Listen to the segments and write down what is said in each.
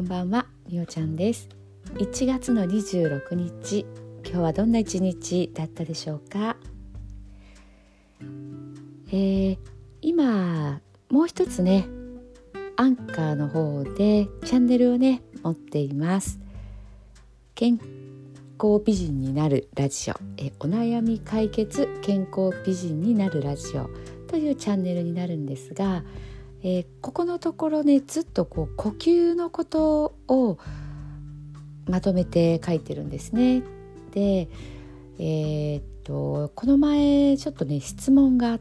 んばんは、みおちゃんです。1月の26日、今日はどんな一日だったでしょうか。今もう一つね、アンカーの方でチャンネルをね持っています。健康美人になるラジオ、お悩み解決健康美人になるラジオというチャンネルになるんですが、ここのところねずっと呼吸のことをまとめて書いてるんですね。で、この前ちょっとね質問があって、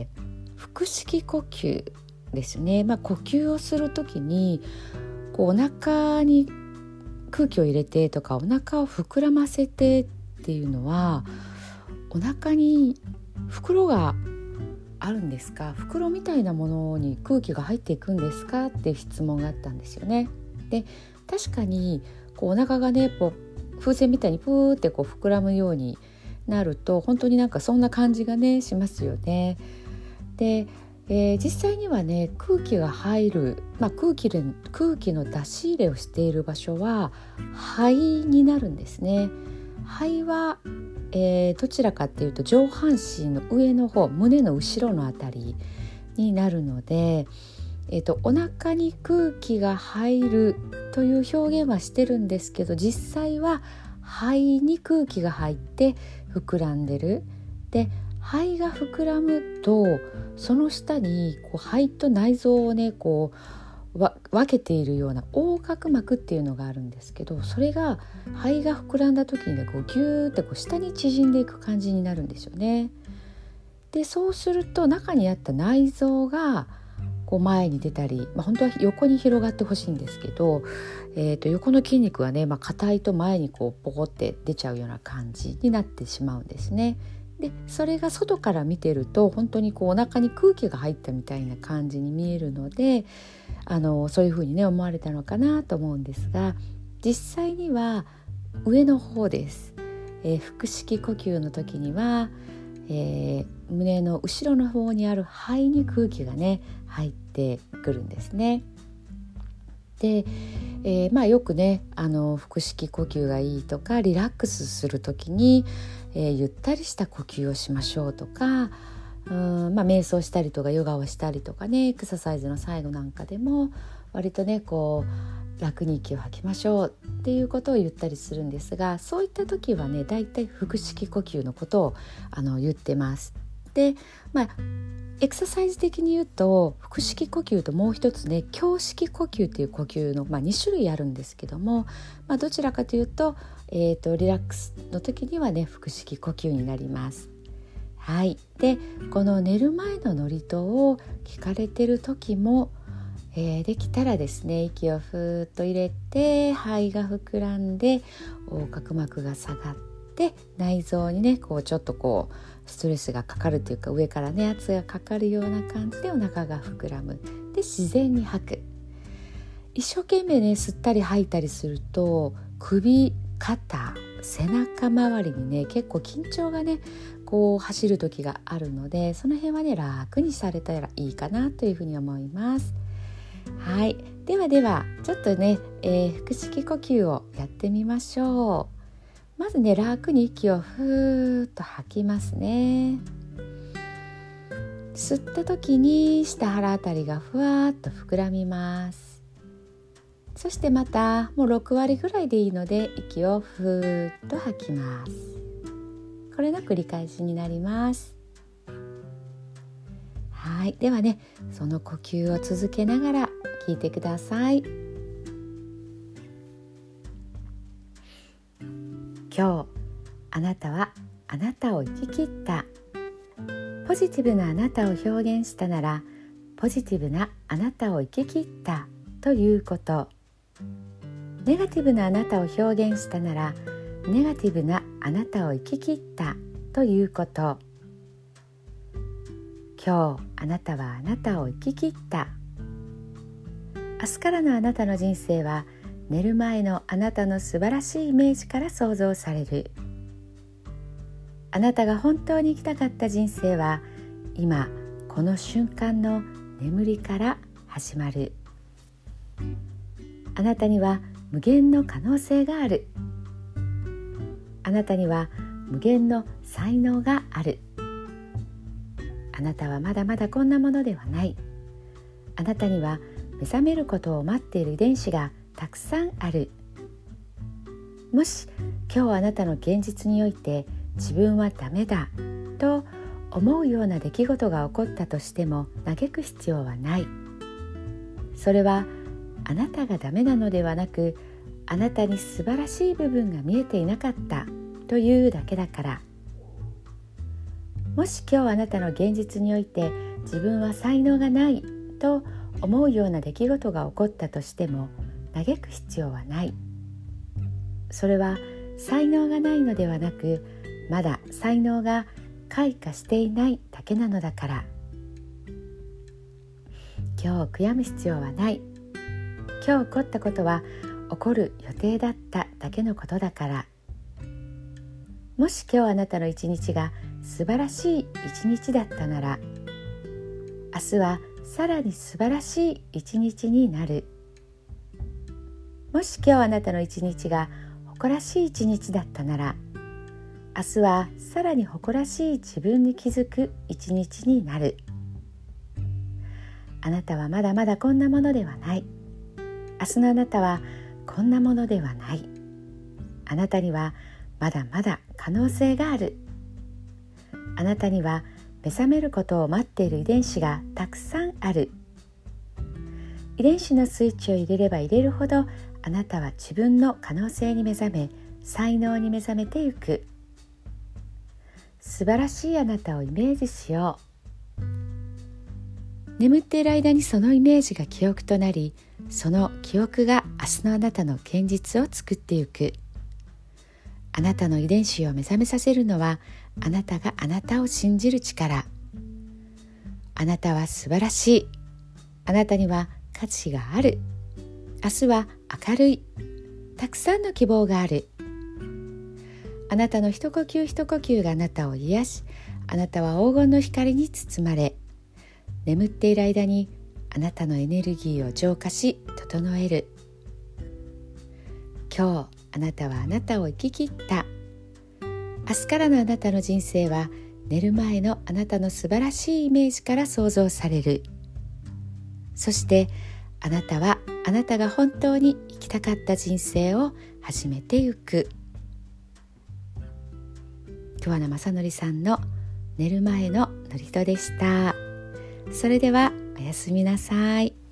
腹式呼吸ですね。呼吸をするときにお腹に空気を入れてとかお腹を膨らませてっていうのは、お腹に袋があるんですか、袋みたいなものに空気が入っていくんですかっていう質問があったんですよね。で、確かにお腹がね風船みたいにプーって膨らむようになると、本当にそんな感じがねしますよね。で、実際にはね空気が入る、空気の出し入れをしている場所は肺になるんですね。肺はどちらかっていうと上半身の上の方、胸の後ろのあたりになるので、お腹に空気が入るという表現はしてるんですけど、実際は肺に空気が入って膨らんでる。で、肺が膨らむとその下に肺と内臓をね分けているような横隔膜っていうのがあるんですけど、それが肺が膨らんだ時にねギューって下に縮んでいく感じになるんですよね。で、そうすると中にあった内臓が前に出たり、本当は横に広がってほしいんですけど、横の筋肉はね硬いと前にポコって出ちゃうような感じになってしまうんですね。で、それが外から見てると本当にお腹に空気が入ったみたいな感じに見えるので、そういうふうにね思われたのかなと思うんですが、実際には上の方です。腹式呼吸の時には、胸の後ろの方にある肺に空気がね入ってくるんですね。で、よくね腹式呼吸がいいとか、リラックスする時に、ゆったりした呼吸をしましょうとか、瞑想したりとかヨガをしたりとかね、エクササイズの最後なんかでも割とね楽に息を吐きましょうっていうことを言ったりするんですが、そういった時はねだいたい腹式呼吸のことを言ってます。で、エクササイズ的に言うと腹式呼吸ともう一つね胸式呼吸っていう呼吸の、2種類あるんですけども、どちらかというと、リラックスの時にはね腹式呼吸になります。はい。で、この寝る前の祝詞を聞かれてる時も、できたらですね息をふーっと入れて肺が膨らんで横隔膜が下がって、内臓にねちょっとストレスがかかるというか、上からね圧がかかるような感じでお腹が膨らむ。で、自然に吐く。一生懸命ね吸ったり吐いたりすると首、肩、背中周りにね結構緊張がね走る時があるので、その辺はね楽にされたらいいかなというふうに思います。はい。ではちょっとね、腹式呼吸をやってみましょう。まずね楽に息をふーっと吐きますね。吸った時に下腹あたりがふわーっと膨らみます。そしてまたもう6割ぐらいでいいので息をふーっと吐きます。これの繰り返しになります。はい。ではねその呼吸を続けながら聞いてください。今日あなたはあなたを生き切った。ポジティブなあなたを表現したなら、ポジティブなあなたを生き切ったということ。ネガティブなあなたを表現したなら、ネガティブなあなたを生き切ったということ。今日あなたはあなたを生き切った。明日からのあなたの人生は、寝る前のあなたの素晴らしいイメージから想像される。あなたが本当に生きたかった人生は、今この瞬間の眠りから始まる。 あなたには無限の可能性がある。あなたには無限の才能がある。あなたはまだまだこんなものではない。あなたには目覚めることを待っている遺伝子がたくさんある。もし今日あなたの現実において自分はダメだと思うような出来事が起こったとしても嘆く必要はない。それはあなたがダメなのではなく、あなたに素晴らしい部分が見えていなかったというだけだから。もし今日あなたの現実において自分は才能がないと思うような出来事が起こったとしても嘆く必要はない。それは才能がないのではなく、まだ才能が開花していないだけなのだから。今日悔やむ必要はない。今日起こったことは起こる予定だっただけのことだから。もし今日あなたの一日が素晴らしい一日だったなら、明日はさらに素晴らしい一日になる。もし今日あなたの一日が誇らしい一日だったなら、明日はさらに誇らしい自分に気づく一日になる。あなたはまだまだこんなものではない。明日のあなたはこんなものではない。あなたにはまだまだ可能性がある。あなたには目覚めることを待っている遺伝子がたくさんある。遺伝子のスイッチを入れれば入れるほど、あなたは自分の可能性に目覚め、才能に目覚めてゆく。素晴らしいあなたをイメージしよう。眠っている間にそのイメージが記憶となり、その記憶が明日のあなたの現実を作ってゆく。あなたの遺伝子を目覚めさせるのは、あなたがあなたを信じる力。あなたは素晴らしい。あなたには価値がある。明日は明るい。たくさんの希望がある。あなたの一呼吸一呼吸があなたを癒し、あなたは黄金の光に包まれ、眠っている間にあなたのエネルギーを浄化し整える。今日あなたはあなたを生き切った。明日からのあなたの人生は寝る前のあなたの素晴らしいイメージから想像される。そしてあなたはあなたが本当に生きたかった人生を始めてゆく。桑名正則さんの寝る前の祝詞でした。それではおやすみなさい。